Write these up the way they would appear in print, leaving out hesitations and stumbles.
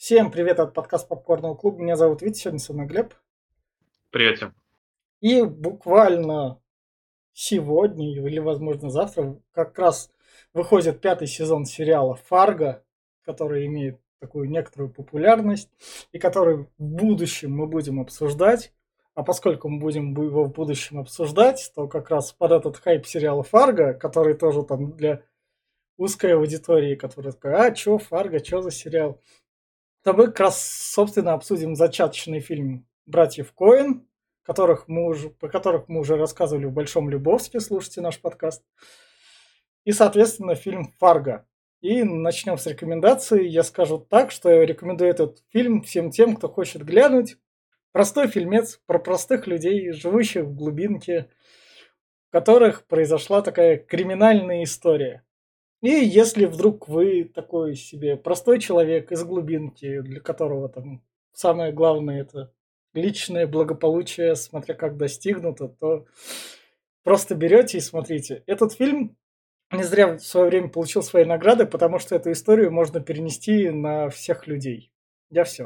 Всем привет от подкаста Попкорного клуба. Меня зовут Витя, сегодня со мной Глеб. Привет, Тим. И буквально сегодня или, возможно, завтра как раз выходит 5-й сезон сериала «Фарго», который имеет такую некоторую популярность и который в будущем мы будем обсуждать. А поскольку мы будем его в будущем обсуждать, то как раз под этот хайп сериала «Фарго», который тоже там для узкой аудитории, которая такая, чё «Фарго», чё за сериал? То мы как раз, собственно, обсудим зачаточный фильм «Братьев Коэн», про которых мы уже рассказывали в «Большом Любовстве», слушайте наш подкаст. И, соответственно, фильм «Фарго». И начнем с рекомендаций. Я скажу так, что я рекомендую этот фильм всем тем, кто хочет глянуть. Простой фильмец про простых людей, живущих в глубинке, в которых произошла такая криминальная история. И если вдруг вы такой себе простой человек из глубинки, для которого там самое главное это личное благополучие, смотря как достигнуто, то просто берете и смотрите. Этот фильм не зря в свое время получил свои награды, потому что эту историю можно перенести на всех людей. Я все.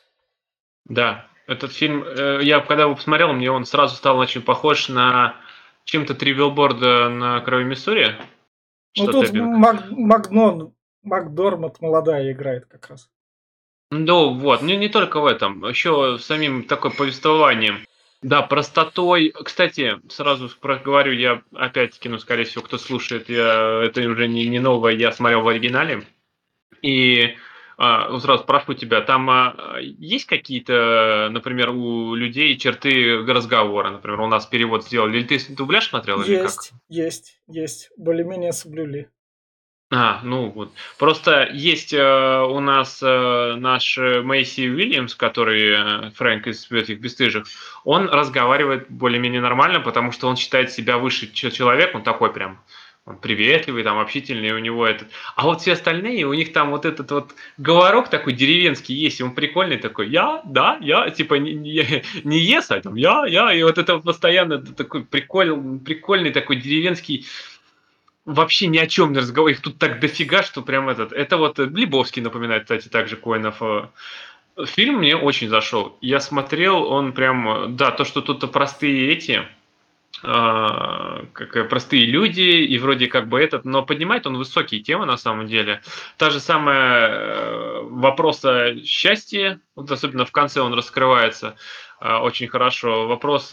Да, этот фильм, я когда его посмотрел, мне он сразу стал очень похож на чем-то «Три билборда на крови Миссури», Ну штат тут Эббинг. Макдормат молодая играет как раз. Ну вот, не только в этом, еще самим такой повествованием. Да, простотой. Кстати, сразу проговорю, я опять-таки, ну, скорее всего, кто слушает, это уже не новое, я смотрел в оригинале. И вот сразу прошу тебя, там есть какие-то, например, у людей черты разговора, например, у нас перевод сделали, или ты дубляж смотрел, или как? Есть. Более-менее соблюли. Ну вот. Просто есть у нас наш Мэйси Уильямс, который Фрэнк из «Этих бесстыжих», он разговаривает более-менее нормально, потому что он считает себя выше человек, он такой прям, он приветливый, там, общительный, у него этот. А вот все остальные, у них там вот этот вот говорок такой деревенский есть, и он прикольный такой, я, типа не ес, а там я, и вот это постоянно такой прикольный такой деревенский, вообще ни о чем не разговор. Их тут так дофига, что прям этот. Это вот Лебовский напоминает, кстати, также Коинов. Фильм мне очень зашел. Я смотрел, он прям, да, то, что тут простые эти, как простые люди, и вроде как бы этот, но поднимает он высокие темы на самом деле. Та же самая вопрос о счастье, вот особенно в конце он раскрывается очень хорошо. Вопрос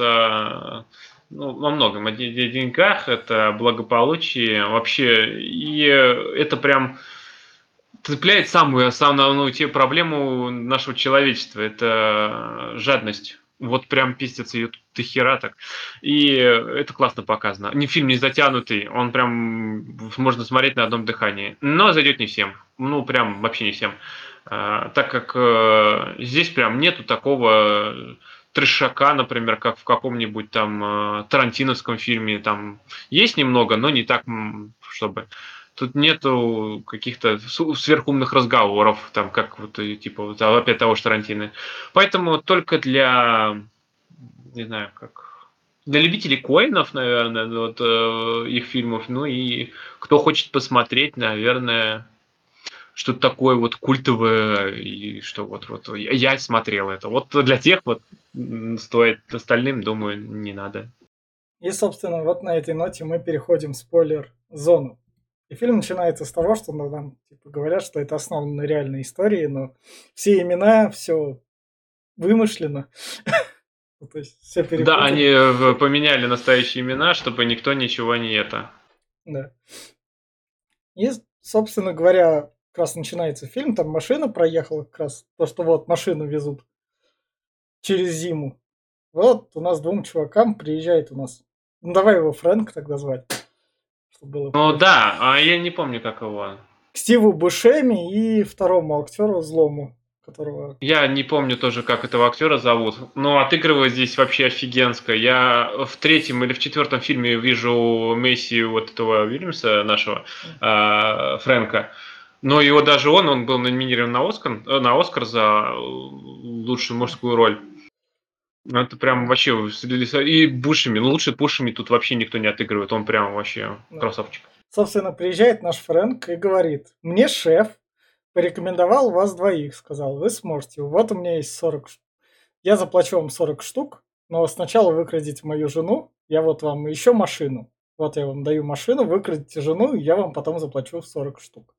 ну, во многом о деньгах, это благополучие вообще, и это прям цепляет самую основную проблему нашего человечества, это жадность. Вот прям пиздец ее тут до хера так. И это классно показано. Фильм не затянутый, он прям можно смотреть на одном дыхании. Но зайдет не всем. Ну, прям вообще не всем. Так как здесь прям нету такого трешака, например, как в каком-нибудь там тарантиновском фильме. Там есть немного, но не так, чтобы... Тут нету каких-то сверхумных разговоров, там, как вот, типа, вот, опять того же Тарантино. Поэтому только для, не знаю, как, для любителей коинов, наверное, вот, их фильмов, ну и кто хочет посмотреть, наверное, что-то такое вот культовое, и что вот я смотрел это. Вот для тех вот стоит, остальным, думаю, не надо. И, собственно, вот на этой ноте мы переходим в спойлер-зону. И фильм начинается с того, что нам типа, говорят, что это основано на реальной истории, но все имена, все вымышлено. Ну, то есть все Да, они перепутано. поменяли настоящие имена, чтобы никто ничего не это. Да. И, собственно говоря, как раз начинается фильм, там машина проехала, как раз то, что вот машину везут через зиму. Вот у нас двум чувакам приезжает у нас. Ну, давай его Фрэнк тогда звать, чтобы было Ну проще. да, а я не помню, как его. К Стиву Бушеми и второму актеру Злому, которого... Я не помню тоже, как этого актера зовут, но отыгрывает здесь вообще офигенско. Я в третьем или в четвертом фильме вижу Месси вот этого Уильямса, нашего Фрэнка. Но его даже он был номинирован на Оскар за лучшую мужскую роль. Ну, это прям Да, вообще... И Бушеми, ну лучше Бушеми тут вообще никто не отыгрывает, он прям вообще да. красавчик. Собственно, приезжает наш Фрэнк и говорит, мне шеф порекомендовал вас двоих, сказал, вы сможете. Вот у меня есть 40 штук. Я заплачу вам 40 штук, но сначала вы крадите мою жену, я вот вам еще машину. Вот я вам даю машину, вы крадите жену, и я вам потом заплачу 40 штук.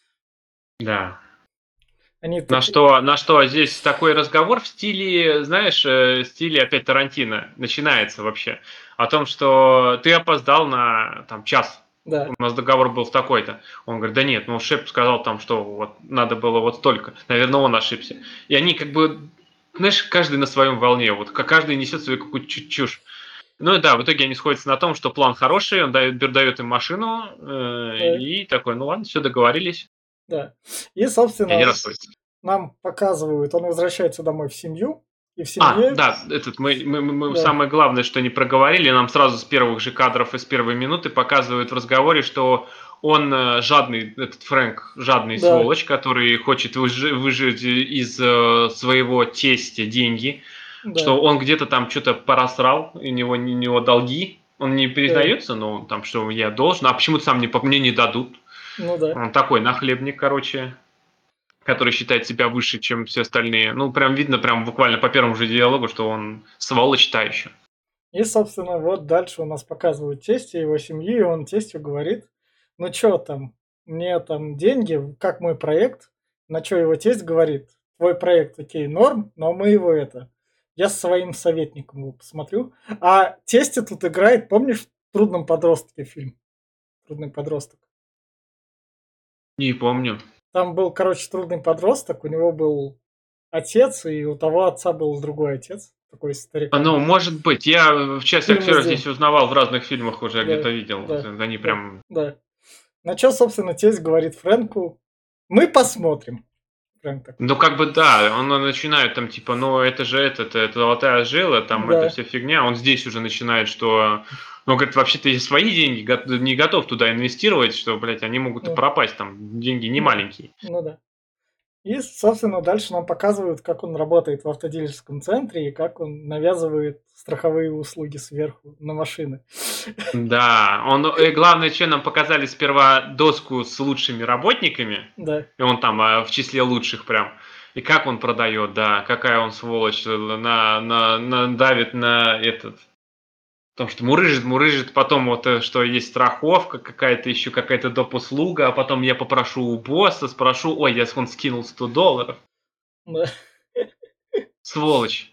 Да. Они На такие, что здесь такой разговор в стиле, знаешь, стиле опять Тарантино начинается вообще. О том, что ты опоздал на там, час. да, У нас договор был в такой-то. Он говорит, да нет, ну шеф сказал там, что вот надо было вот столько. Наверное, он ошибся. И они как бы, знаешь, каждый на своем волне. Вот каждый несет свою какую-то чушь. Ну и да, в итоге они сходятся на том, что план хороший, он дает им машину, да, и такой, ну ладно, все договорились. да. И, И они собственно, расходятся. нам показывают, он возвращается домой в семью, и в семье, Да, мы да, самое главное, что не проговорили, нам сразу с первых же кадров и с первой минуты показывают в разговоре, что он жадный, этот Фрэнк, жадный да, сволочь, который хочет выжить из своего тестя деньги, да, что он где-то там что-то порасрал, у него долги, он не да, признается, но там, что я должен, а почему-то сам мне не дадут. ну да. Он такой нахлебник, короче, который считает себя выше, чем все остальные. Ну, прям видно, прям буквально по первому же диалогу, что он сволочь та еще. И, собственно, вот дальше у нас показывают тестя его семьи, и он тестю говорит, ну чё там, мне там деньги, как мой проект, на чё его тесть говорит, твой проект, окей, норм, но мы его я с своим советником его посмотрю. А тестя тут играет, помнишь, в «Трудном подростке» фильм? «Трудный подросток». Не помню. Там был, короче, трудный подросток, у него был отец, и у того отца был другой отец, такой старикан. Ну, может быть. Я в часть Фильмы актеров сделал. здесь узнавал в разных фильмах уже, Да, где-то видел. да, Они да, прям... да. На что, собственно, тесть говорит Фрэнку, мы посмотрим. Фрэнк такой, Ну, как бы да, он начинает там, типа, ну, это же это золотая жила, там, это да, вся фигня. Он здесь уже начинает, что... Ну, говорит, вообще-то я свои деньги не готов туда инвестировать, что, блядь, они могут и ну, пропасть, там, деньги не да, маленькие. ну да. И, собственно, дальше нам показывают, как он работает в автодилерском центре и как он навязывает страховые услуги сверху на машины. Да, главное, что нам показали сперва доску с лучшими работниками, Да, и он там в числе лучших прям. И как он продает, да, какая он сволочь, давит на этот, потому что мурыжит, потом вот, что есть страховка какая-то, еще какая-то доп. Услуга, а потом я попрошу у босса, спрошу, ой, он скинул $100. да. Сволочь.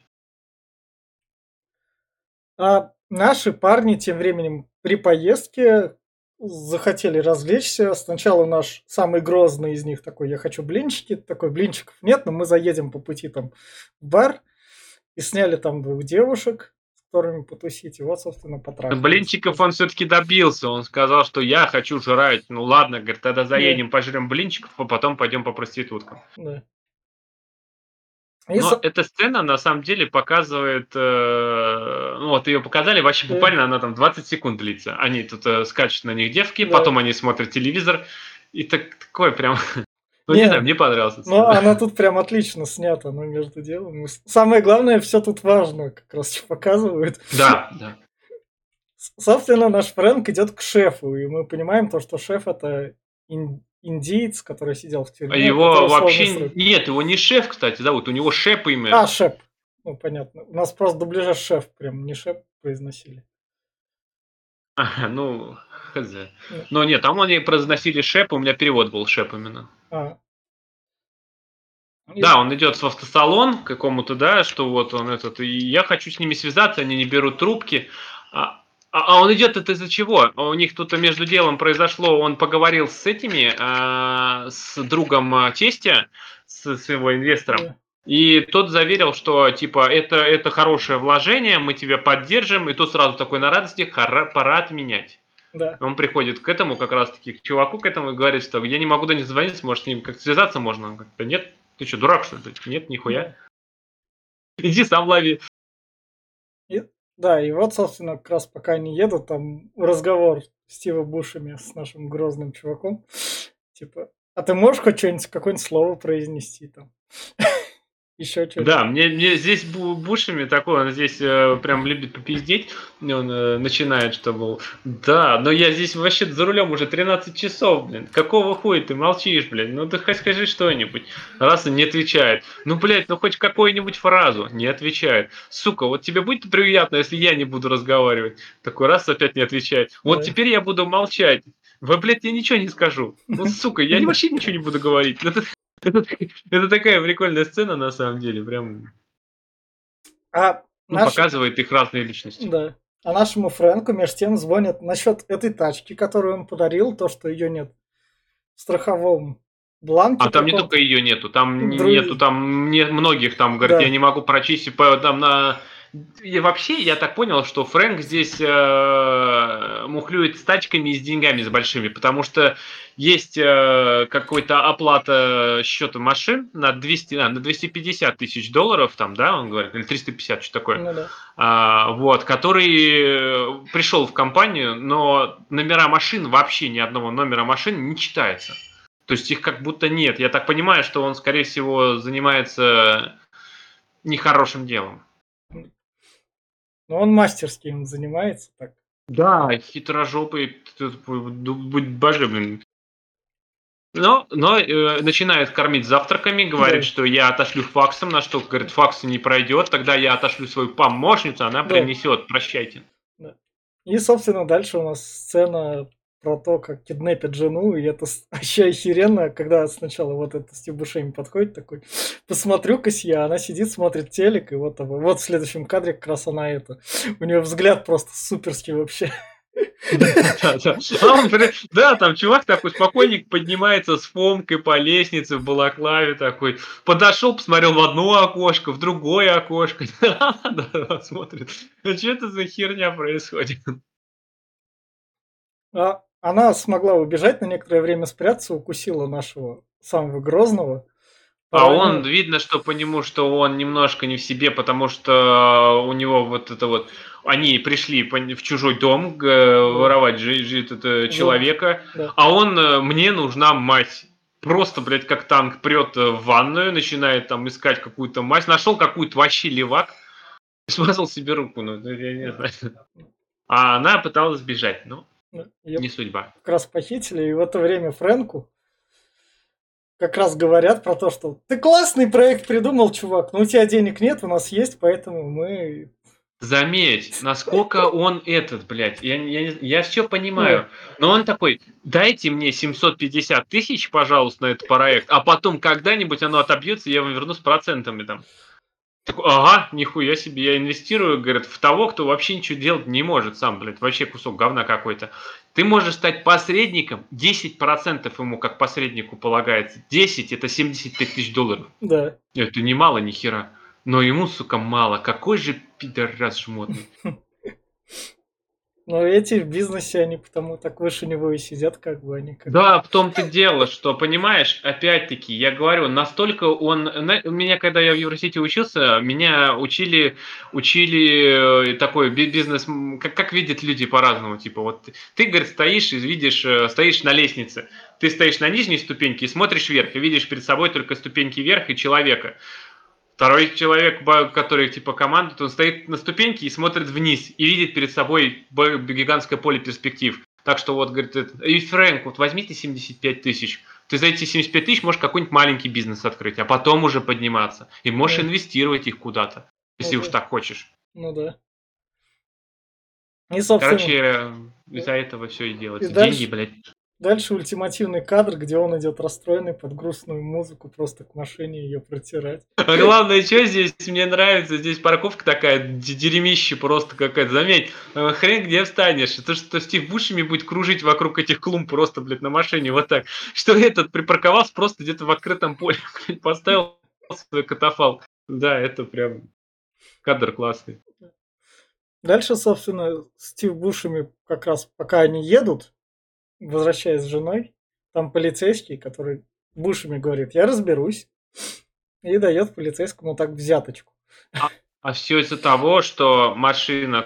А наши парни тем временем при поездке захотели развлечься. Сначала наш самый грозный из них такой, я хочу блинчики. Такой, блинчиков нет, но мы заедем по пути там в бар. И сняли там двух девушек, с которыми потусить. И вот, собственно, потрахались. Блинчиков он все-таки добился. Он сказал, что я хочу жрать. Ну ладно, говорит, тогда Да, заедем, пожрем блинчиков, а потом пойдем по проституткам. да. Но эта сцена на самом деле показывает, ну вот ее показали, вообще Да, буквально она там 20 секунд длится. Они тут скачут на них девки, да. потом они смотрят телевизор, и такой прям, ну не знаю, Не, мне понравилась эта но сцена. она тут прям отлично снята, но между делом. Самое главное, все тут важно, как раз что показывают. Да, да. Собственно, наш Фрэнк идет к шефу, и мы понимаем то, что шеф это индиец, который сидел в тюрьме, который Его условный вообще, срок. нет, его не шеф, кстати, зовут, у него шеп А, имя. шеф. Ну, понятно. У нас просто дубляжа шеф, прям не шеф произносили. Ну, хз. Ну, Но нет, там они произносили шеп, у меня перевод был шеп именно. а, и- Да, он идет в автосалон к какому-то, да, что вот он этот, и я хочу с ними связаться, они не берут трубки. Он идет это из-за чего? У них тут между делом произошло, он поговорил с этими, с другом тестя, с его инвестором, да, и тот заверил, что типа это хорошее вложение, мы тебя поддержим, и тот сразу такой на радости, пора отменять. да. Он приходит к этому, как раз таки, к чуваку к этому и говорит, что я не могу до них звонить, может с ним как-то связаться можно? Он говорит, да нет, ты что, дурак что ли? Нет, нихуя. Да. Иди сам лови. И, да, и вот, собственно, как раз пока они едут, там разговор Стива Бушеми с нашим грозным чуваком. Типа, а ты можешь хоть что-нибудь, какое-нибудь слово произнести там? Еще что-нибудь. Да, мне здесь Бушами такой, он здесь прям любит попиздеть, и он начинает, что, мол, да, но я здесь вообще за рулем уже 13 часов, блин, какого хуя ты молчишь, блин, ну ты хоть скажи что-нибудь. Раз он не отвечает, ну, блядь, ну хоть какую-нибудь фразу, не отвечает. Сука, вот тебе будет приятно, если я не буду разговаривать? Такой раз опять не отвечает. Вот Да. теперь я буду молчать. Вы, блядь, я ничего не скажу. Ну, сука, я вообще ничего не буду говорить. Это, это такая прикольная сцена, на самом деле, прям, А ну, наш, показывает их разные личности. да. А нашему Фрэнку между тем звонят насчет этой тачки, которую он подарил, то, что ее нет в страховом бланке А там не только каком-то. ее нету, там нету, Дру- там многих, там, говорит, я Да, не могу прочистить, там на... И вообще, я так понял, что Фрэнк здесь мухлюет с тачками и с деньгами с большими, потому что есть какой-то оплата счета машин на 200, на 250 тысяч долларов, там, да, он говорит, или 350, что такое, ну да. вот, который пришел в компанию, но номера машин, вообще ни одного номера машин не читается. То есть их как будто нет. Я так понимаю, что он, скорее всего, занимается нехорошим делом. Но он мастерски им занимается так. Да, хитрожопый, будь божественным. Но начинает кормить завтраками, говорит, Да, что я отошлю факсом, на что, говорит, факс не пройдет, тогда я отошлю свою помощницу, она да, принесет, прощайте. да. И, собственно, дальше у нас сцена про то, как киднепят жену, и это вообще охеренно, когда сначала вот это Стив Бушеми подходит такой, посмотрю-ка я, она сидит, смотрит телек, и вот в следующем кадре как раз она это, у нее взгляд просто суперский вообще. Да, там чувак такой спокойник поднимается с Фомкой по лестнице в балаклаве такой. Подошел, посмотрел в одно окошко, в другое окошко. Да, смотрит. А что это за херня происходит? А она смогла убежать, на некоторое время спрятаться, укусила нашего самого Грозного, А он, поранила. видно, что по нему, что он немножко не в себе, потому что у него вот это вот, они пришли в чужой дом Да, воровать это, золото. человека, Да, а он, мне нужна мать. Просто, блядь, как танк прет в ванную, начинает там искать какую-то мазь, нашел какую-то вообще левак и смазал себе руку, ну, я не знаю. А она пыталась сбежать, ну, ее не судьба. как раз похитили, и в это время Фрэнку как раз говорят про то, что ты классный проект придумал, чувак, но у тебя денег нет, у нас есть, поэтому мы... Заметь, насколько он этот, блядь, я все Да, понимаю, но он такой, дайте мне 750 тысяч, пожалуйста, на этот проект, а потом когда-нибудь оно отобьется, я вам верну с процентами там. Такой, ага, нихуя себе, я инвестирую, говорит, в того, кто вообще ничего делать не может сам, блядь, вообще кусок говна какой-то. Ты можешь стать посредником, 10% ему как посреднику полагается, 10 это 75 тысяч долларов. да. Это немало, ни хера. Но ему, сука, мало. Какой же пидорас жмотный. Но эти в бизнесе, они потому так выше него и сидят, как бы они как... Да, в том-то дело, что, понимаешь, опять-таки, я говорю, настолько он... Меня, когда я в Евросити учился, меня учили такой бизнес, как видят люди по-разному. Типа, вот ты, говорит, стоишь и видишь, стоишь на лестнице. Ты стоишь на нижней ступеньке и смотришь вверх, и видишь перед собой только ступеньки вверх и человека. Второй человек, который типа командует, он стоит на ступеньке и смотрит вниз, и видит перед собой гигантское поле перспектив. Так что вот, говорит, и Фрэнк, вот возьмите 75 тысяч. Ты за эти 75 тысяч можешь какой-нибудь маленький бизнес открыть, а потом уже подниматься. И можешь Ну, инвестировать их куда-то, ну если уж да, так хочешь. ну да. И, собственно, Короче, да. из-за этого все и И делается. Деньги, дальше, блядь. дальше ультимативный кадр, где он идет расстроенный под грустную музыку, просто к машине ее протирать. А главное, что здесь мне нравится, здесь парковка такая, дерьмище просто какая-то. Заметь, хрен где встанешь. Это что Стив Бушеми будет кружить вокруг этих клумб просто, блядь, на машине вот так. Что этот припарковался просто где-то в открытом поле, блядь, поставил свой катафалк. Да, это прям кадр классный. Дальше, собственно, Стив Бушеми как раз пока они едут, возвращаясь с женой, там полицейский, который Бушеми говорит, я разберусь, и дает полицейскому так взяточку. А все из-за того, что машина,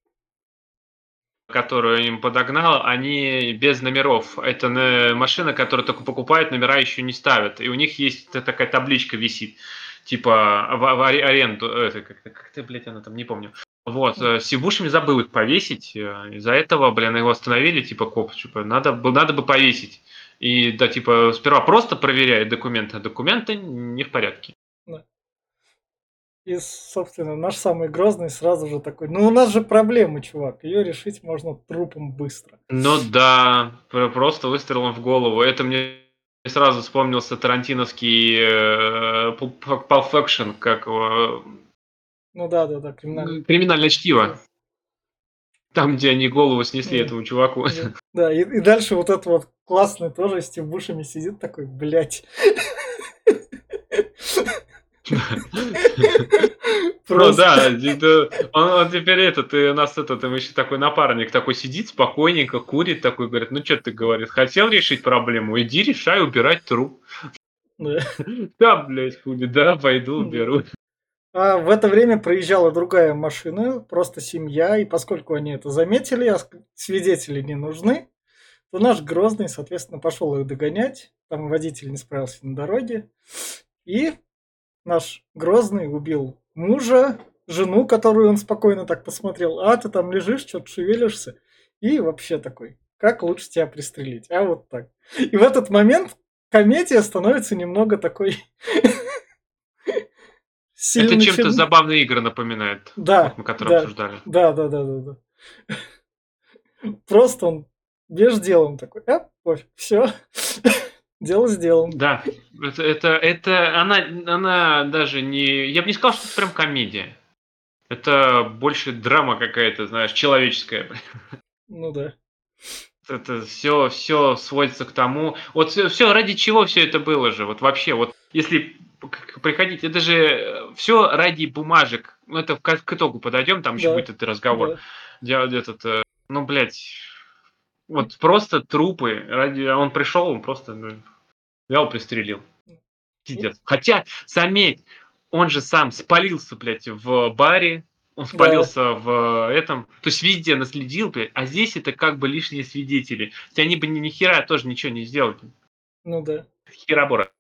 которую им подогнал, они без номеров. Это машина, которая только покупает, номера еще не ставят. И у них есть такая табличка висит. типа, аренду, как-то, блядь, она там, не помню. Вот, с сивушами забыл их повесить, из-за этого, блин, его остановили, типа, коп, типа, надо бы повесить. И, да, типа, сперва просто проверяет документы, а документы не в порядке. Да. И, собственно, наш самый грозный сразу же такой, ну у нас же проблема, чувак, ее решить можно трупом быстро. Ну да, просто выстрелом в голову. Это мне сразу вспомнился тарантиновский Pulp Fiction, как Ну да, криминальное чтиво. Там, где они голову снесли Да. этому чуваку. Да, и дальше вот это вот классный тоже с тем бушами сидит такой, блядь. Ну да, он теперь у нас там еще такой напарник такой сидит спокойненько, курит такой, говорит, ну что ты, говорит, хотел решить проблему, иди решай, убирать труп. Да, блядь, хули, да, пойду уберу. А в это время проезжала другая машина, просто семья, и поскольку они это заметили, а свидетели не нужны, то наш Грозный, соответственно, пошел их догонять. Там водитель не справился на дороге. И наш Грозный убил мужа, жену, которую он спокойно так посмотрел. А ты там лежишь, что-то шевелишься. И вообще такой, как лучше тебя пристрелить? А вот так. И в этот момент комедия становится немного такой... Это чем-то забавные игры напоминает, да, вот мы которые обсуждали. Да. Просто он меж делом такой, пофиг, все, дело сделано. Да, она даже не, я бы не сказал, что это прям комедия. Это больше драма какая-то, знаешь, человеческая. Ну да. Это все сводится к тому, вот все ради чего все это было же, вот вообще, вот если приходить, это же все ради бумажек, ну это к итогу подойдем, там еще будет этот разговор, ну блять, вот просто трупы, он пришел, он просто взял, пристрелил. Пиздец. Хотя, заметь, он же сам спалился, блядь, в баре, он спалился в этом, то есть везде наследил, блядь, а здесь это как бы лишние свидетели. Хотя они бы ни хера тоже ничего не сделали. Ну да. Херобора.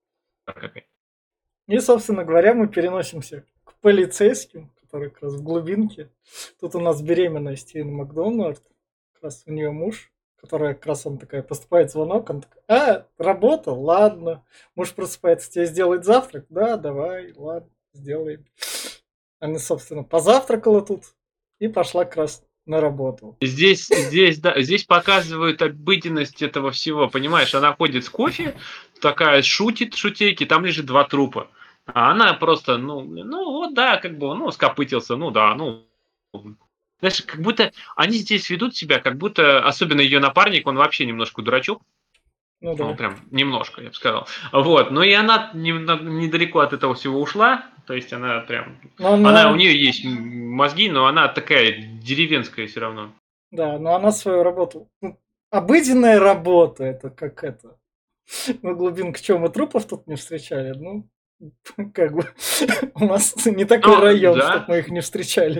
И, собственно говоря, мы переносимся к полицейским, которые как раз в глубинке. Тут у нас беременная Стивен Макдональд, как раз у нее муж, которая как раз он такая, поступает звонок, он такой, работа, ладно. Муж просыпается, тебе сделать завтрак? Да, давай, ладно, сделаем. Она, собственно, позавтракала тут и пошла как раз на работу. Здесь показывают обыденность этого всего, понимаешь? Она ходит с кофе, такая шутит шутейки, там лежит 2 трупа. А она просто, вот да, как бы, скопытился, знаешь, как будто они здесь ведут себя, как будто, особенно ее напарник, он вообще немножко дурачок. Ну да. Прям немножко, я бы сказал. Вот, но и она недалеко от этого всего ушла. То есть она прям... у нее есть мозги, но она такая деревенская все равно. Да, но она свою работу... обыденная работа, это как это... На глубинке, что мы трупов тут не встречали? Ну, как бы у нас не такой район, да, чтобы мы их не встречали.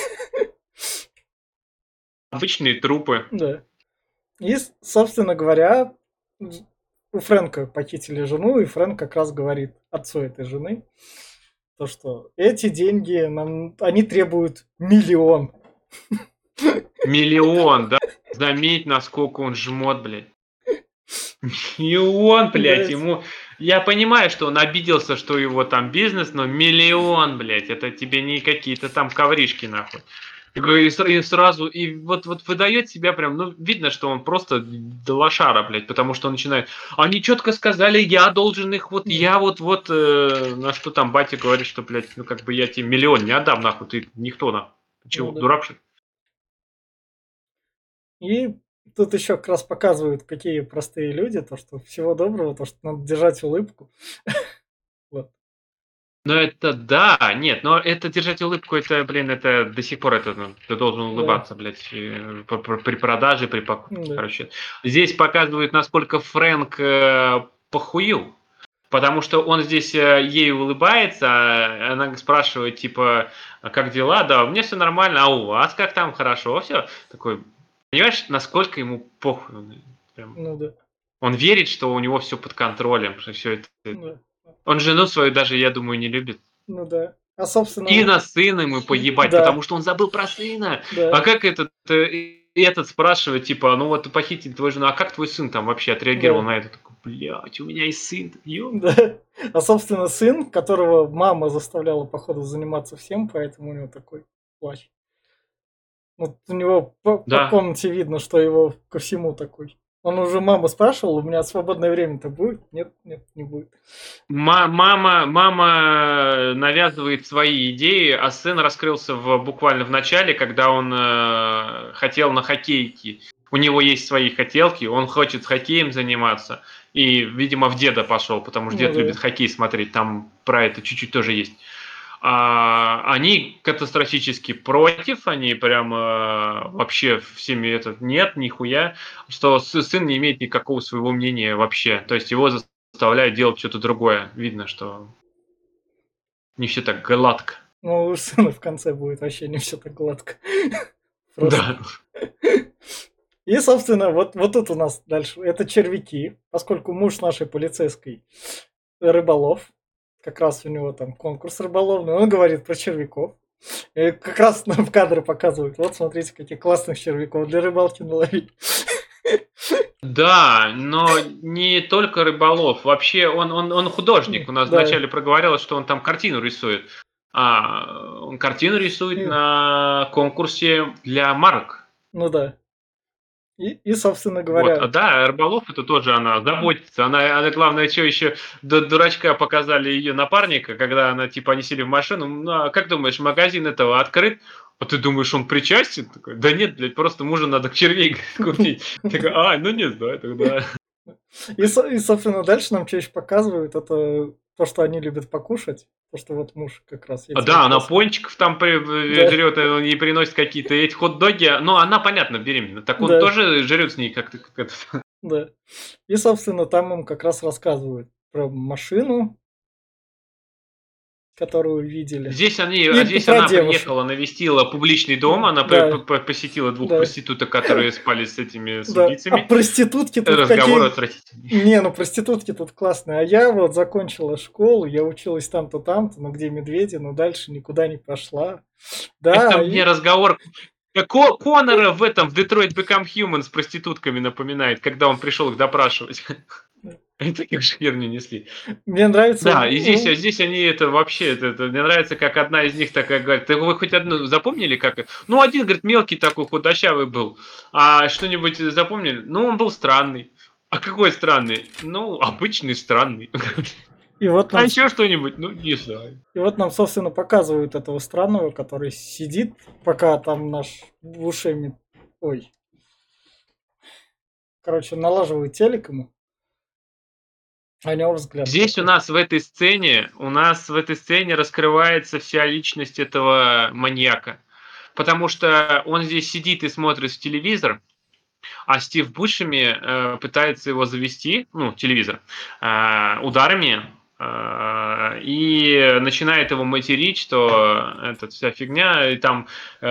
Обычные трупы. Да. И, собственно говоря, у Фрэнка похитили жену, и Фрэнк как раз говорит отцу этой жены, то, что эти деньги, они требуют 1 миллион. 1 миллион, да? Заметь, насколько он жмот, блядь. 1 миллион, блядь, ему... Я понимаю, что он обиделся, что его там бизнес, но 1 миллион, блядь, это тебе не какие-то там ковришки, нахуй. И сразу, и вот выдает себя прям, видно, что он просто лошара, блядь, потому что он начинает, они четко сказали, я должен их, на что там батя говорит, что, блядь, как бы я тебе 1 миллион не отдам, нахуй, ты никто, нахуй. Ты чего, дурак, что ли? И тут еще как раз показывают, какие простые люди, то, что всего доброго, то, что надо держать улыбку. Вот. Ну это да, нет, но это держать улыбку, это, блин, это до сих пор ты должен улыбаться, блядь, при продаже, при покупке, короче. Здесь показывают, насколько Фрэнк похуил, потому что он здесь ей улыбается, она спрашивает, типа, как дела, да, у меня все нормально, а у вас как там, хорошо, все, такой, понимаешь, насколько ему похуй, прям. Ну да. Он верит, что у него все под контролем, что все это Он жену свою даже, я думаю, не любит. Ну да. А, собственно, И на сына ему поебать, да, потому что он забыл про сына. да, А как этот спрашивает, типа, ну вот похитили твою жену, а как твой сын там вообще отреагировал да, на это? Такой, блядь, у меня есть сын, ёб. да. А, собственно, сын, которого мама заставляла, походу, заниматься всем, поэтому у него такой плач. Вот у него по Да. комнате видно, что его ко всему такой. Он уже маму спрашивал, у меня свободное время-то будет? Нет, нет, не будет. Мама навязывает свои идеи, а сын раскрылся буквально в начале, когда он хотел на хоккей идти. У него есть свои хотелки, он хочет хоккеем заниматься. И, видимо, в деда пошел, потому что Ну дед любит да. хоккей смотреть, там про это чуть-чуть тоже есть. Они катастрофически против, они прям вообще всеми это нет, нихуя, что сын не имеет никакого своего мнения вообще. То есть его заставляют делать что-то другое. Видно, что не все так гладко. Ну, у сына в конце будет вообще не все так гладко. Просто. Да. И, собственно, вот тут у нас дальше. Это червяки, поскольку муж нашей полицейской рыболов, как раз у него там конкурс рыболовный, он говорит про червяков. И как раз нам в кадры показывают. Вот смотрите, каких классных червяков для рыбалки наловить. Да, но не только рыболов. Вообще он художник. У нас Да, вначале проговорилось, что он там картину рисует. Он картину рисует на конкурсе для марок. ну да. И, собственно Вот, говоря, да, рыболов это тоже она заботится. Она главное, что еще дурачка показали ее напарника, когда она, типа, они сели в машину. Ну, а как думаешь, магазин этого открыт? А ты думаешь, он причастен? Такой, да нет, блядь, просто мужу надо червей купить. Такой, ну не знаю, тогда. и, собственно, дальше нам чаще показывают, это то, что они любят покушать. То, что вот муж как раз я тебя Да, она просил. пончиков там Да, жрет, и он ей приносит какие-то эти хот-доги. Ну, она, понятно, беременна. Так он да, тоже жрет с ней как-то. да. И, собственно, там им как раз рассказывают про машину, которую видели. И Здесь про она девушек. приехала, навестила публичный дом, она Да, посетила двух да, проституток, которые спали с этими, с да. А убийцами. проститутки тут Разговор какие... отвратительный. Не, ну проститутки тут классные. А я вот закончила школу, я училась там-то, там-то, но где медведи, но дальше никуда не пошла. Это Да, мне и... разговор Конора в этом, в Detroit Become Human с проститутками напоминает, когда он пришел их допрашивать. Они таких же херню несли. Мне нравится... Да, и здесь они это вообще, мне нравится, как одна из них такая говорит, ты вы хоть одну запомнили, как? Ну, один, говорит, мелкий такой, худощавый был, а что-нибудь запомнили? Ну, он был странный. А какой странный? Ну, обычный странный. И вот А нам, еще что-нибудь? Ну, не знаю. и вот нам, собственно, показывают этого странного, который сидит, пока там наш в ушами... Ой. Короче, налаживают телек ему, а у него взгляд Здесь такой. у нас в этой сцене раскрывается вся личность этого маньяка. Потому что он здесь сидит и смотрит в телевизор, а Стив Бушеми пытается его завести, ну, телевизор, ударами и начинает его материть, что это вся фигня, и там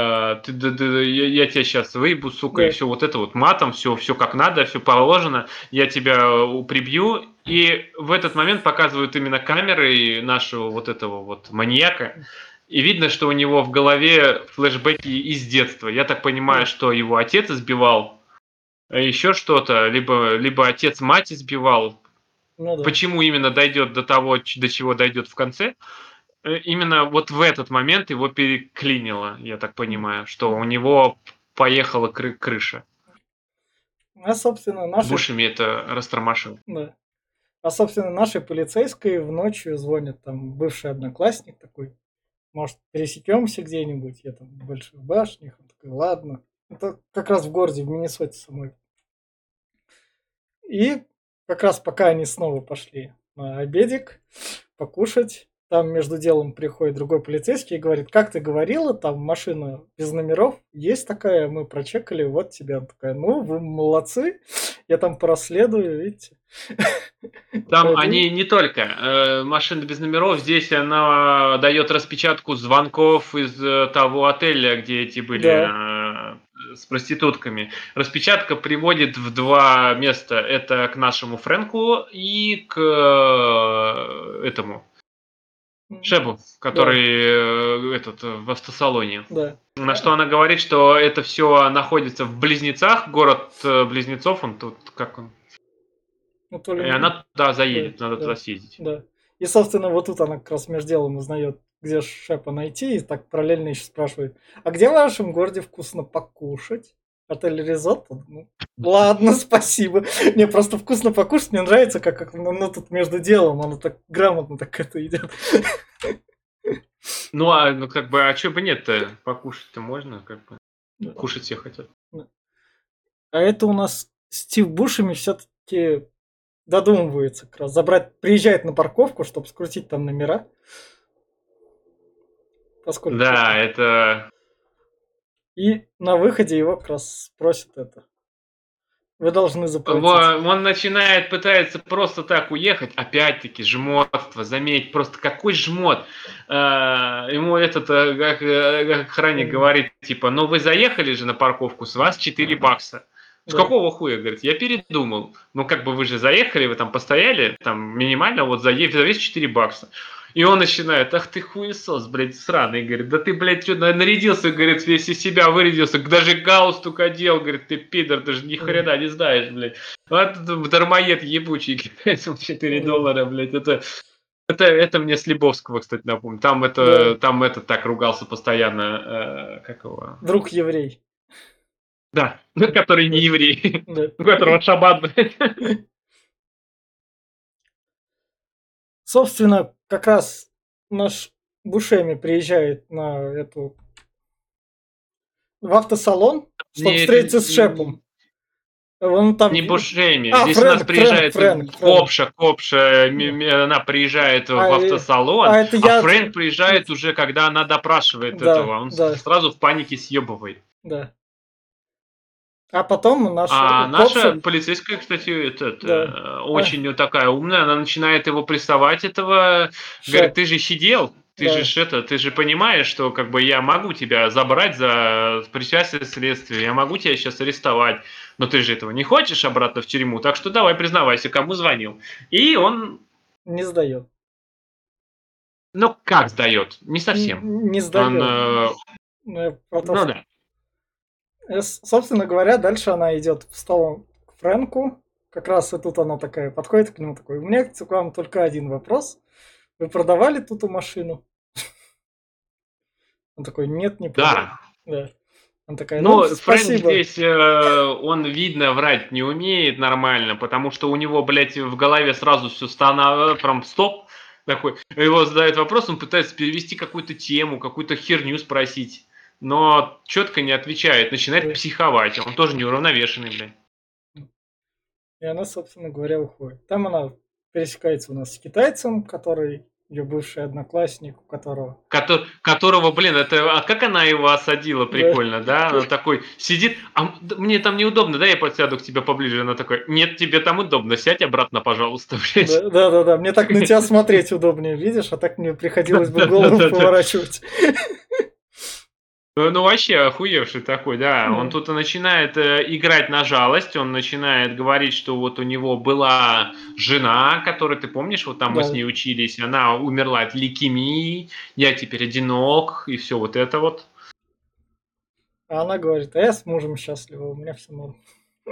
я тебя сейчас выебу, сука, и Да. все вот это вот матом, все как надо, все положено, я тебя прибью. И в этот момент показывают именно камеры нашего вот этого вот маньяка, и видно, что у него в голове флешбеки из детства. Я так понимаю, Да. что его отец избивал, еще что-то, либо отец мать избивал. Ну да. Почему именно дойдет до того, до чего дойдет в конце? Именно вот в этот момент его переклинило, я так понимаю, что у него поехала крыша. А, собственно, нашей... Бушами это растормошил. Да. А, собственно, нашей полицейской в ночью звонит там бывший одноклассник такой, может, пересекемся где-нибудь, я там в больших башнях. Он такой, ладно. Это как раз в городе, в Миннесоте самой. И как раз пока они снова пошли на обедик покушать, там между делом приходит другой полицейский и говорит, как ты говорила, там машина без номеров, есть такая, мы прочекали, вот тебе. Она такая, ну, вы молодцы, я там порасследую, видите. Там Пойду. они не только машина без номеров, здесь она дает распечатку звонков из того отеля, где эти были Да, с проститутками. Распечатка приводит в два места. Это к нашему Фрэнку и к этому Шебу, Да, который в автосалоне. да. На что она говорит, что это все находится в Близнецах, город Близнецов, он тут, как он? Ну, то И ли... она туда Да, заедет, надо туда да, съездить. да. И, собственно, вот тут она как раз между делом узнает, где Шепа найти, и так параллельно еще спрашивает, а где в вашем городе вкусно покушать? Отель Ризотто? Ну, ладно, спасибо. Мне просто вкусно покушать, мне нравится, как ну, тут между делом, оно так грамотно так это идет. Ну, а как бы, а что бы нет-то? Покушать-то можно, как бы. Да. Кушать все хотят. А это у нас Стив Бушеми все-таки додумывается как раз забрать, приезжает на парковку, чтобы скрутить там номера. Поскольку Да, это... И на выходе его как раз спросят это. Вы должны заплатить. Он начинает, пытается просто так уехать. Опять-таки, жмотство, заметь, просто какой жмот. Ему этот, как охранник говорит, типа, ну вы заехали же на парковку, с вас 4 бакса. С Да. какого хуя, говорит, я передумал. Ну, как бы вы же заехали, вы там постояли, там минимально вот за весь 4 бакса. И он начинает, ах ты хуесос, блядь, сраный, говорит, да ты, блядь, что нарядился, говорит, весь из себя вырядился, даже галстук одел, говорит, ты пидор, ты же ни хрена не знаешь, блядь. Вот дармоед ебучий, кидает 4 доллара, блядь, это мне с Лебовского, кстати, напомню. Там это так ругался постоянно, как его? Друг еврей. Да, который не еврей, Да. у которого шаббат, блядь. Собственно, как раз наш Бушеми приезжает на эту в автосалон, чтобы встретиться с Шепом. Он там... Не Бушеми. А, Здесь Фрэнк, у нас приезжает Фрэнк. Копша, она приезжает в автосалон, а Фрэнк приезжает уже, когда она допрашивает этого. Он сразу в панике съебывает. Да. А потом наша полицейская, кстати, очень такая умная, она начинает его прессовать, этого, говорит, ты же сидел, ты же понимаешь, что как бы я могу тебя забрать за причастие к следствию, я могу тебя сейчас арестовать, но ты же этого не хочешь обратно в тюрьму, так что давай признавайся, кому звонил. И он... Не сдает. Ну, как сдает? Не совсем. Не сдает. Ну да. Собственно говоря, дальше она идет в стол к Фрэнку. Как раз и тут она такая подходит к нему такой: у меня к вам только один вопрос. Вы продавали тут машину? Он такой: нет, не продал. Да. Он такая: ну Фрэнк здесь, он, видно, врать не умеет нормально, потому что у него, блядь, в голове сразу все прям стоп. Такой. Его задает вопрос, он пытается перевести какую-то тему, какую-то херню спросить. Но четко не отвечает, начинает психовать. Он тоже неуравновешенный, блядь. И она, собственно говоря, уходит. Там она пересекается у нас с китайцем, который ее бывший одноклассник, у которого... Которого, блин, а как она его осадила, прикольно, да? Она такой сидит, а мне там неудобно, да, я подсяду к тебе поближе. Она такой: нет, тебе там удобно, сядь обратно, пожалуйста, блядь. Да, мне так на тебя смотреть удобнее, видишь, а так мне приходилось бы голову поворачивать. Ну, вообще охуевший такой, да. Он тут начинает играть на жалость, он начинает говорить, что вот у него была жена, которая, ты помнишь, вот там мы с ней учились, она умерла от лейкемии, я теперь одинок, и все вот это вот. А она говорит: а я с мужем счастлива, у меня все норм.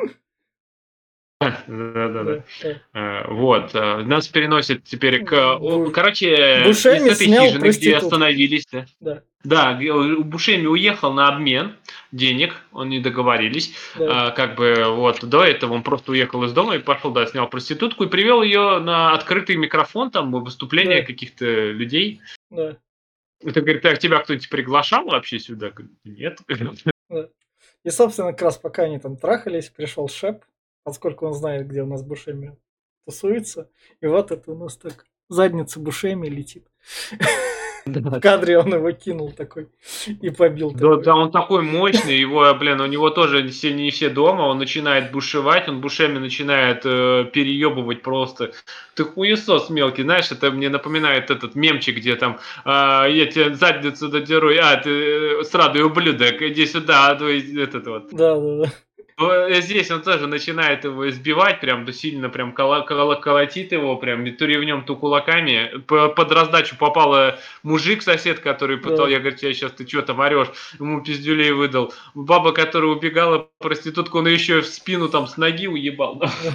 Да. Вот. Нас переносит теперь к... Короче, из этой хижины, где остановились. Да, Бушеми уехал на обмен денег, он не договорились. Как бы вот до этого он просто уехал из дома и пошел, снял проститутку и привел ее на открытый микрофон, там выступления каких-то людей. Да. Это говорит: а тебя кто-нибудь приглашал вообще сюда? Нет. И, собственно, как раз пока они там трахались, пришел Шеп, поскольку он знает, где у нас Бушеми тусуется. И вот это у нас так задница Бушеми летит. В кадре он его кинул такой и побил Да, такой. да, он такой мощный, его, блин, у него тоже не все дома, он начинает бушевать, он бушами начинает переебывать просто. Ты хуесос мелкий, знаешь, это мне напоминает этот мемчик, где там я тебе задницу додеру, ты сраный ублюдок, иди сюда, а то этот вот. Да, да, да. Здесь он тоже начинает его избивать, прям да сильно прям колотит его, прям то ремнем, то кулаками. Под раздачу попал мужик, сосед, который пытал, Да. я говорю, тебе сейчас ты что там орешь, ему пиздюлей выдал. Баба, которая убегала, проститутку, он еще в спину там с ноги уебал. Да.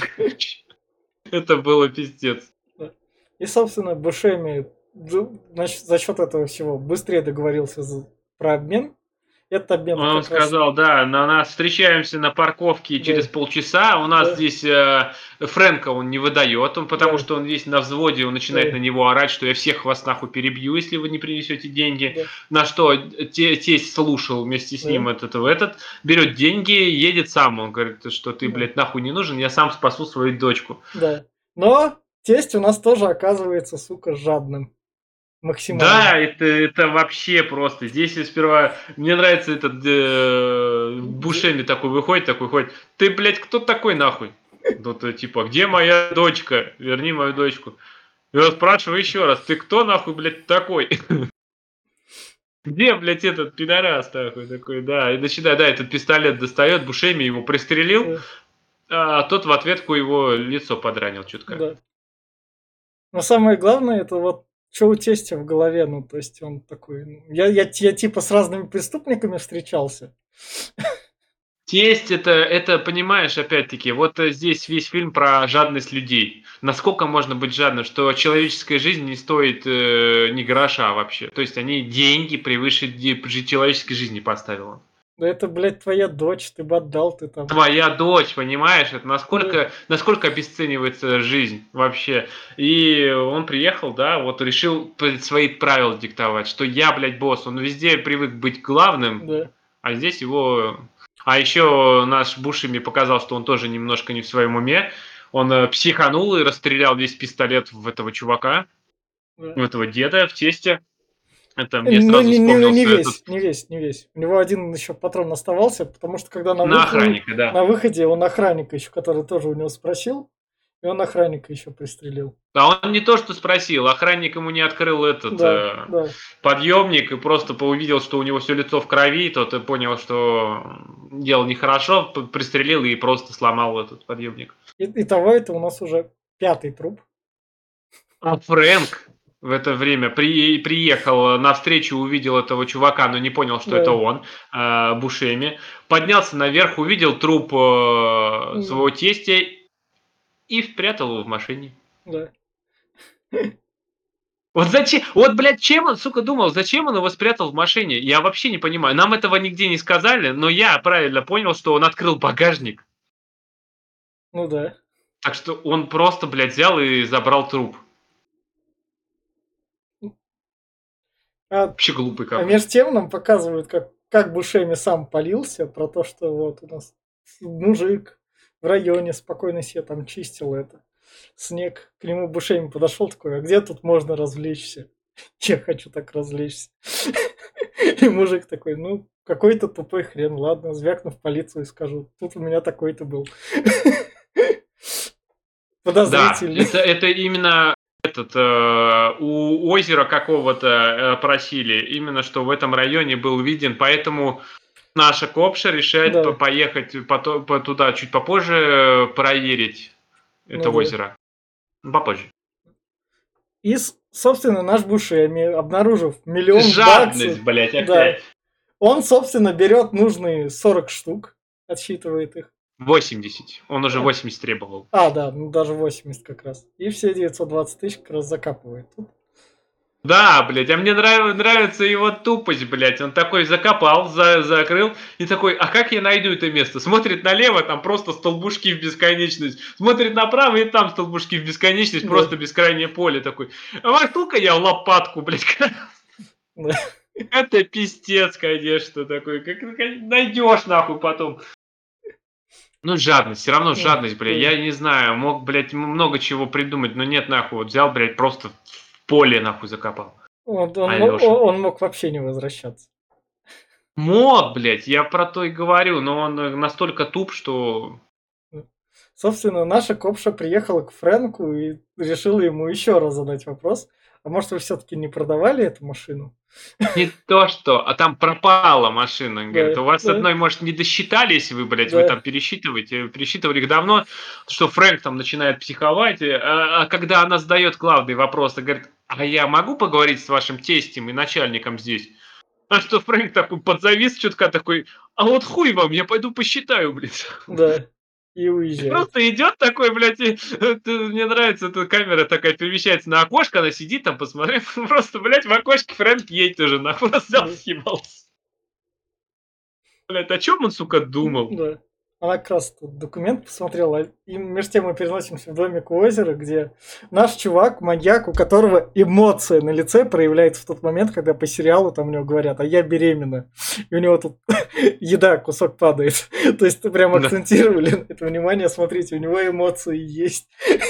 Это было пиздец. Да. И, собственно, Бушеми значит, за счет этого всего быстрее договорился про обмен. Этот обмен Он как раз... сказал, да, на нас встречаемся на парковке Да, через полчаса. У нас да, здесь Фрэнка он не выдает, потому да, что он весь на взводе, он начинает да, на него орать, что я всех вас нахуй перебью, если вы не принесете деньги. да, На что тесть слушал вместе с да, ним этот, берет деньги, едет сам. Он говорит, что ты, да, блядь, нахуй не нужен, я сам спасу свою дочку. да. Но тесть у нас тоже оказывается, сука, жадным. Максимально. Да, это вообще просто. Здесь сперва мне нравится этот Бушеми такой выходит, такой ходит. Ты, блядь, кто такой нахуй? Ну то типа, где моя дочка? Верни мою дочку. Я спрашиваю еще раз, ты кто нахуй, блядь, такой? Где, блядь, этот пидорас такой, да. И начинает, да, этот пистолет достает, Бушеми его пристрелил, Да, а тот в ответку его лицо подранил чутка. да. Но самое главное, это вот что у тестя в голове. Ну, то есть он такой... Я типа с разными преступниками встречался. Тесть это, понимаешь, опять-таки, вот здесь весь фильм про жадность людей. Насколько можно быть жадным, что человеческая жизнь не стоит ни гроша вообще. То есть они деньги превыше человеческой жизни поставила. Да это, блядь, твоя дочь, ты бы отдал, ты там... Твоя дочь, понимаешь, это Да, насколько обесценивается жизнь вообще. И он приехал, да, вот решил свои правила диктовать, что я, блядь, босс, он везде привык быть главным, да, а здесь его... А еще наш Бушеми показал, что он тоже немножко не в своем уме. Он психанул и расстрелял весь пистолет в этого чувака, да. в этого деда, в тесте. Это мне Ну, сразу не вспомнился этот... весь, не весь, не весь. У него один еще патрон оставался, потому что когда На охранника, да. на выходе он охранника еще, который тоже у него спросил, и он охранника еще пристрелил. А он не то, что спросил, охранник ему не открыл этот Да, да. подъемник и просто увидел, что у него все лицо в крови, тот и понял, что дело нехорошо, пристрелил и просто сломал этот подъемник. Итого это у нас уже 5-й труп. А Фрэнк в это время приехал на встречу, увидел этого чувака, но не понял, что это Да. он, Бушеми. Поднялся наверх, увидел труп своего тестя и спрятал его в машине. Да. Вот зачем, вот, блядь, чем он, сука, думал, зачем он его спрятал в машине? Я вообще не понимаю. Нам этого нигде не сказали, но я правильно понял, что он открыл багажник. Ну да. Так что он просто, блядь, взял и забрал труп. А, Вообще глупый а какой. между тем нам показывают, как Бушеми сам полился, про то, что вот у нас мужик в районе спокойно себе там чистил это. Снег. К нему Бушеми подошел такой, а где тут можно развлечься? Я хочу так развлечься. И мужик такой, ну, какой-то тупой хрен, ладно, звякну в полицию и скажу, тут у меня такой-то был. Да, Подозрительный. это именно у озера какого-то просили, именно что в этом районе был виден, поэтому наша копша решает Да, поехать туда чуть попозже проверить это ну да. озеро. Попозже. И, собственно, наш Бушеми, обнаружив миллион баксов, Жадность, блядь, да, опять. он, собственно, берет нужные 40 штук, отсчитывает их. 80. Он уже 80 требовал. А, да, ну даже 80 как раз. И все 920 тысяч как раз закапывает. Тут. Да, блядь, а мне нравится его тупость, блядь. Он такой закопал, закрыл и такой, а как я найду это место? Смотрит налево, там просто столбушки в бесконечность. Смотрит направо, и там столбушки в бесконечность, Да. просто бескрайнее поле такой. А вошел-ка я в лопатку, блядь. Да. Это пиздец, конечно, такой. Как найдешь, нахуй, потом. Ну, жадность, все равно жадность, блядь. Я не знаю, мог, блядь, много чего придумать, но нет, нахуй. Вот взял, блядь, просто в поле, нахуй, закопал. Алёша. Он мог вообще не возвращаться. Мог, блядь, я про то и говорю, но он настолько туп, что... Собственно, наша копша приехала к Фрэнку и решила ему еще раз задать вопрос. А может, вы все-таки не продавали эту машину? Не то что, а там пропала машина. Говорит, Да, у вас с да, одной, может, не досчитались вы, блядь, вы да, там пересчитывали их давно, что Фрэнк там начинает психовать, а когда она задает главный вопрос, и говорит, а я могу поговорить с вашим тестем и начальником здесь? А что Фрэнк такой подзавис чутка такой, а вот хуй вам, я пойду посчитаю, блядь. да. И И уезжает. просто идет такой, блядь, мне нравится, эта камера такая перемещается на окошко, она сидит там, посмотрев, просто, блядь, в окошке Фрэнк едет уже, нахуй, просто взял, Да, съебался. Блядь, о чем он, сука, думал? да. Она как раз тут документ посмотрела, и между тем мы переносимся в домик у озера, где наш чувак, маньяк, у которого эмоция на лице проявляется в тот момент, когда по сериалу там у него говорят, а я беременна. И у него тут еда, кусок падает. То есть прям Да, акцентировали на это внимание, смотрите, у него эмоции есть.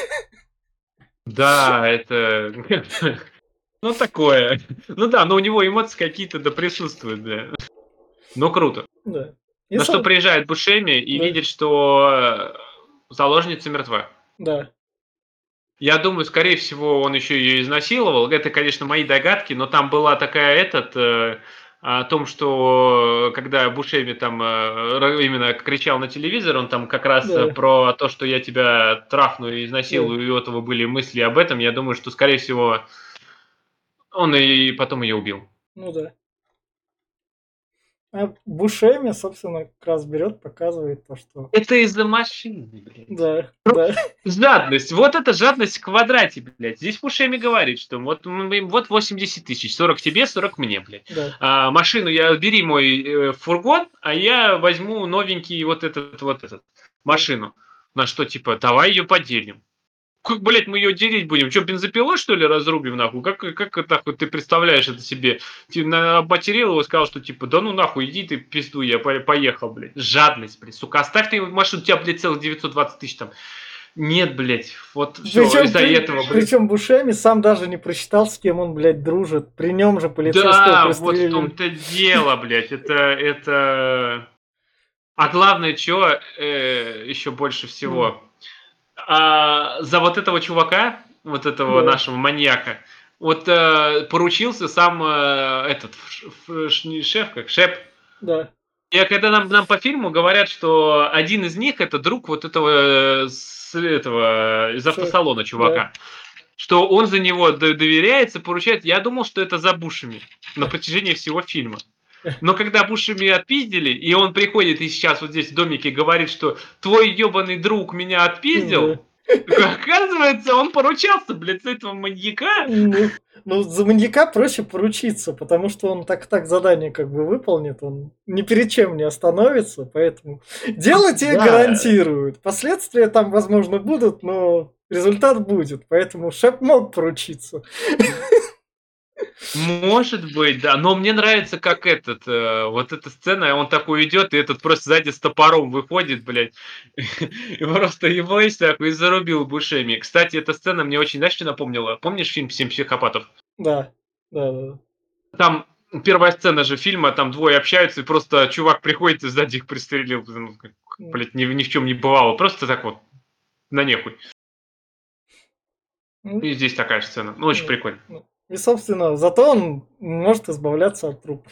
да, это... Ну, такое. Ну да, но у него эмоции какие-то да присутствуют, да. Ну, круто. Да. И На что со- приезжает Бушеми и Да, видит, что заложница мертва. да, Я думаю, скорее всего, он еще ее изнасиловал. Это, конечно, мои догадки, но там была такая о том, что когда Бушеми там именно кричал на телевизор, он там как раз да, про то, что я тебя трахну и да, изнасилую, и у этого были мысли об этом. Я думаю, что, скорее всего, он и потом ее убил. ну да. А Бушеми, собственно, как раз берет, показывает то, что Это из-за машины, блядь. да, да, Жадность. Вот это жадность в квадрате, блядь. Здесь Пушеми говорит, что вот 80 тысяч, 40 тебе, 40 мне, блядь. да, Машину бери мой фургон, а я возьму новенький вот этот да. машину. На что, типа, давай ее поделим. Как, блядь, мы ее делить будем? Что, бензопилой, что ли, разрубим, нахуй? Как так вот ты представляешь это себе? Ты обматерил его, сказал, что, типа, да ну нахуй, иди ты пизду, я поехал, блядь. Жадность, блядь, сука. Оставь ты машину, у тебя, блядь, целых 920 тысяч там. Нет, блядь, вот все, Причем, из-за этого, блядь. причем Бушеми сам даже не просчитал, с кем он, блядь, дружит. При нем же полицейского Да, вот в пристрелили. том-то дело, блядь, это... А главное, что еще больше М, всего, за вот этого чувака, вот этого Да, нашего маньяка, вот поручился сам шеф, как шеп. да, И когда нам по фильму говорят, что один из них это друг вот этого из шеф, автосалона да. чувака, что он за него доверяется, поручает. Я думал, что это за Бушами на протяжении всего фильма. Но когда Бушами отпиздили, и он приходит и сейчас вот здесь в домике говорит, что твой ебаный друг меня Да. отпиздил, оказывается, он поручался, блядь, с этого маньяка. Ну, за маньяка проще поручиться, потому что он так задание как бы выполнит, он ни перед чем не остановится, поэтому дело тебе Да, гарантируют. Последствия там, возможно, будут, но результат будет, поэтому шеф мог поручиться. может быть, да. Но мне нравится, как вот эта сцена, он такой идет, и этот просто сзади с топором выходит, блядь, и просто его есть такой и зарубил Бушеми. Кстати, эта сцена мне очень, знаешь, что напомнила? Помнишь фильм «Семь психопатов»? Да, да, да. Там первая сцена же фильма, там двое общаются, и просто чувак приходит и сзади их пристрелил. М, Блядь, ни в чем не бывало. Просто так вот, на нехуй. м, И здесь такая же сцена. Ну, очень м, прикольно. И, собственно, зато он может избавляться от трупов.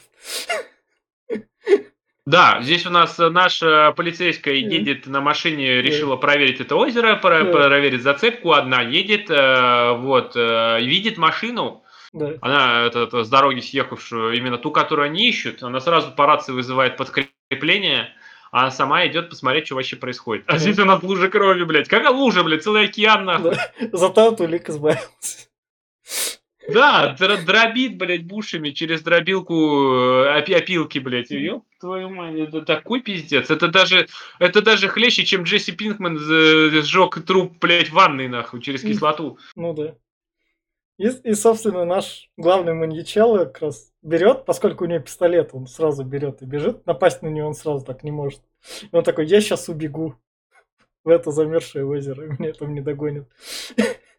Да, здесь у нас наша полицейская М, едет на машине, Да, решила проверить это озеро, да, проверить зацепку. Одна едет, видит машину. да. Она с дороги съехавшую, именно ту, которую они ищут. Она сразу по рации вызывает подкрепление, а сама идет посмотреть, что вообще происходит. А Да, здесь у нас лужа крови, блядь. Какая лужа, блядь? Целый океан, да. нахуй. Зато от улик избавился. Да, дробит, блядь, бушами через дробилку опилки, блядь. Ёб твою мать, это такой пиздец. Это даже хлеще, чем Джесси Пинкман сжег труп, блядь, в ванной, нахуй, через М, кислоту. Ну да. Собственно, наш главный маньячелло как раз берет, поскольку у него пистолет, он сразу берет и бежит. Напасть на нее он сразу так не может. И он такой, я сейчас убегу в это замерзшее озеро, и меня там не догонят.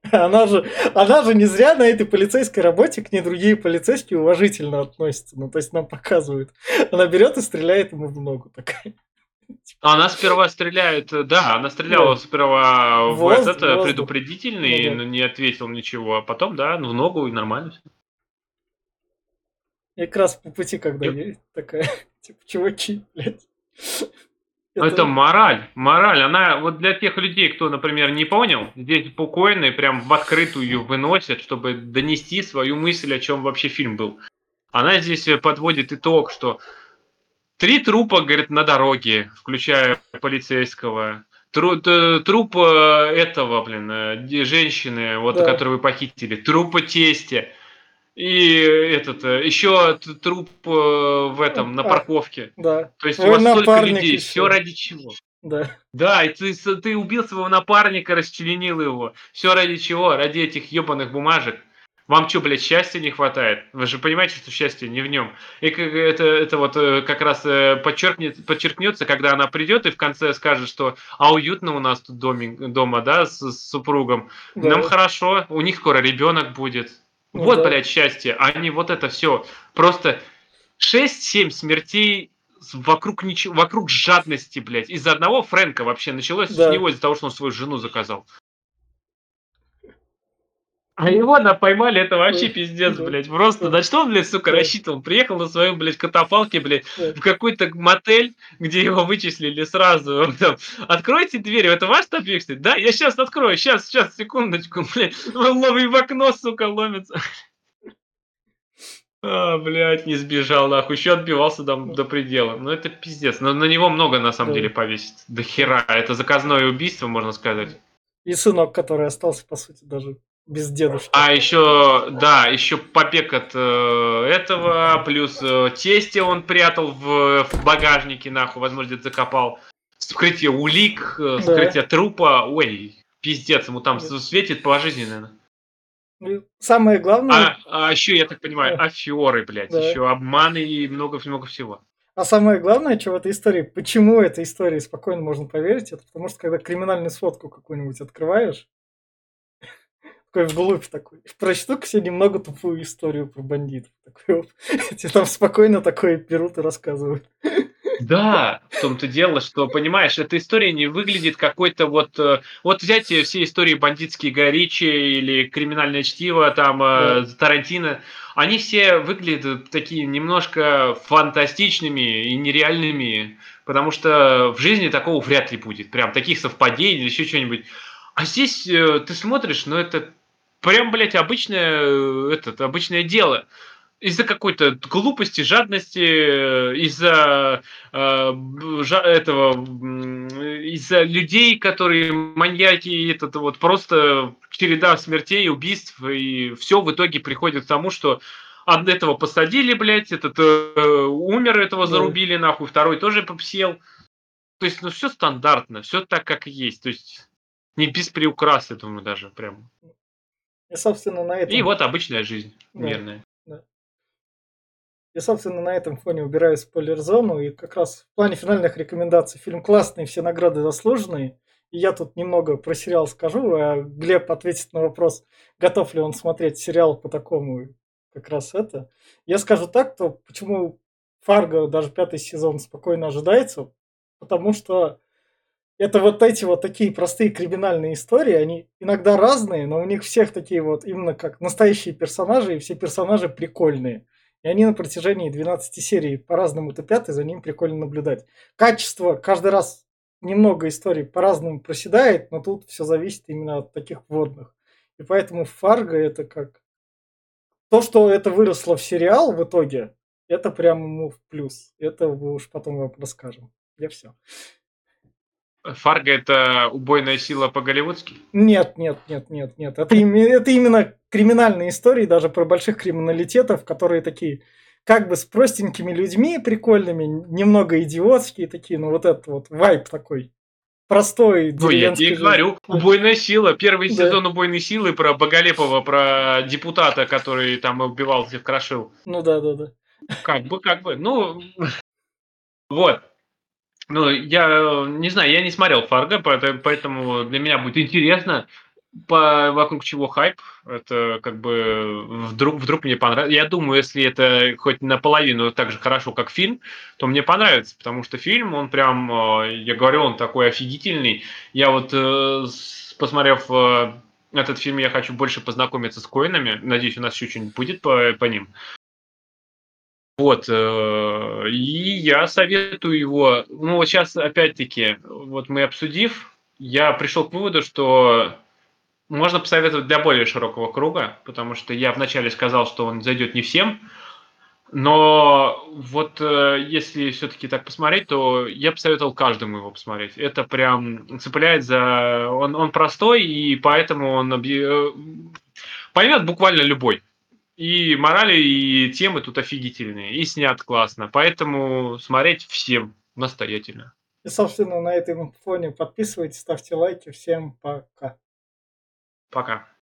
Она же не зря на этой полицейской работе к ней другие полицейские уважительно относятся. Ну, то есть нам показывают. Она берет и стреляет ему в ногу такая. Она сперва стреляет, да, она стреляла Да. сперва в этот Воздух. Ну предупредительный, да. но не ответил ничего, а потом, да, в ногу и нормально всё. И как раз по пути, когда И едет, такая, типа, чуваки, блядь. это Это, мораль. Она вот для тех людей, кто, например, не понял, здесь буквально прям в открытую ее выносят, чтобы донести свою мысль, о чем вообще фильм был. Она здесь подводит итог, что 3 трупа, говорит, на дороге, включая полицейского. Труп этого, блин, женщины, вот, да, которую вы похитили. Труп тестя. И этот, еще труп в этом, на а, парковке. да. То есть у Твой вас столько напарник людей. Все еще. ради чего? Да, Да, и ты убил своего напарника, расчленил его. Все ради чего? Ради этих ебаных бумажек. Вам что, блядь, счастья не хватает? Вы же понимаете, что счастье не в нем. И это вот как раз подчеркнется, когда она придет и в конце скажет, что уютно у нас тут дома, да, с супругом. Нам да, хорошо, у них скоро ребенок будет. ну Вот, да, блядь, счастье. А не вот это все. Просто 6-7 смертей вокруг ничего, вокруг жадности, блядь. Из-за одного Фрэнка вообще началось с да, него из-за того, что он свою жену заказал. А его поймали, это вообще ой, пиздец, да, блядь. Просто, да, на что он, блядь, сука, да, рассчитывал? Приехал на своем, блядь, катафалке, блядь, да. в какой-то мотель, где его вычислили сразу. Он там, откройте дверь, это ваш топик? Да, я сейчас открою, сейчас, секундочку, блядь. Он в окно, сука, ломится. Блядь, не сбежал, нахуй. Еще отбивался до предела. Ну, это пиздец. Но на него много, на самом деле, Да, повесить. До да. хера. Это заказное убийство, можно сказать. И сынок, который остался, по сути, даже без дедушки. А еще, да, еще побег от этого, плюс тестя он прятал в багажнике, нахуй, возможно, где-то закопал. Скрытие улик, Да. скрытие трупа. Ой, пиздец, ему там Да. светит пожизненно. И самое главное, А еще, я так понимаю, а, аферы, блядь, да. еще обманы и много-много всего. А самое главное, что в этой истории, почему этой истории спокойно можно поверить, это потому что когда криминальную сводку какую-нибудь открываешь, такой вглубь такой, прочту-ка себе немного тупую историю про бандитов. Такой, оп, тебе там спокойно такое берут и рассказывают. Да, в том-то дело, что, понимаешь, эта история не выглядит какой-то вот... Вот взять все истории «Бандитские Гай Ричи» или «Криминальное чтиво», там, Да, Тарантино, они все выглядят такие немножко фантастичными и нереальными, потому что в жизни такого вряд ли будет, прям таких совпадений или еще что-нибудь. А здесь ты смотришь, ну это прям, блядь, обычное дело. Из-за какой-то глупости, жадности, из-за из-за людей, которые маньяки, и это вот просто череда смертей, убийств, и все в итоге приходит к тому, что этого посадили, блядь, этот умер, этого да. зарубили, нахуй, второй тоже попсел. То есть, ну, все стандартно, все так, как и есть. То есть, не без приукрас, я думаю, даже прям. И, собственно, на И этом, вот обычная жизнь да, мирная. да. И, собственно, на этом фоне убираю спойлер-зону. И как раз в плане финальных рекомендаций фильм классный, все награды заслуженные. И я тут немного про сериал скажу, а Глеб ответит на вопрос, готов ли он смотреть сериал по такому как раз это. Я скажу так, то почему Фарго даже пятый сезон спокойно ожидается, потому что это вот эти вот такие простые криминальные истории, они иногда разные, но у них всех такие вот именно как настоящие персонажи, и все персонажи прикольные. И они на протяжении 12 серий по-разному тупят, и за ним прикольно наблюдать. Качество каждый раз немного историй по-разному проседает, но тут все зависит именно от таких вводных. И поэтому Фарго это как... То, что это выросло в сериал в итоге, это прям ему в плюс. Это мы уж потом вам расскажем. Я все. Фарго это убойная сила по-голливудски? Нет, нет, нет, нет, нет. Это именно криминальные истории, даже про больших криминалитетов, которые такие, как бы с простенькими людьми прикольными, немного идиотские такие, но вот этот вот вайб такой простой Ну, я тебе деревенской и жизни. говорю, убойная сила. Первый Да, сезон убойной силы про Боголепова, про депутата, который там убивал всех, крошил. ну да, да, да. Как бы, ну, вот. Ну, я не знаю, я не смотрел Фарго, поэтому для меня будет интересно. Вокруг чего хайп? Это как бы вдруг мне понравится. Я думаю, если это хоть наполовину так же хорошо, как фильм, то мне понравится, потому что фильм, он прям, я говорю, он такой офигительный. Я вот, посмотрев этот фильм, я хочу больше познакомиться с коинами. Надеюсь, у нас еще что-нибудь будет по ним. Вот, и я советую его. Ну, вот сейчас, опять-таки, вот мы обсудив, я пришел к выводу, что можно посоветовать для более широкого круга, потому что я вначале сказал, что он зайдет не всем, но вот если все-таки так посмотреть, то я посоветовал каждому его посмотреть. Это прям цепляет за... Он простой, и поэтому он поймет буквально любой. И морали, и темы тут офигительные, и снят классно. Поэтому смотреть всем настоятельно. И, собственно, на этом фоне подписывайтесь, ставьте лайки. Всем пока. Пока.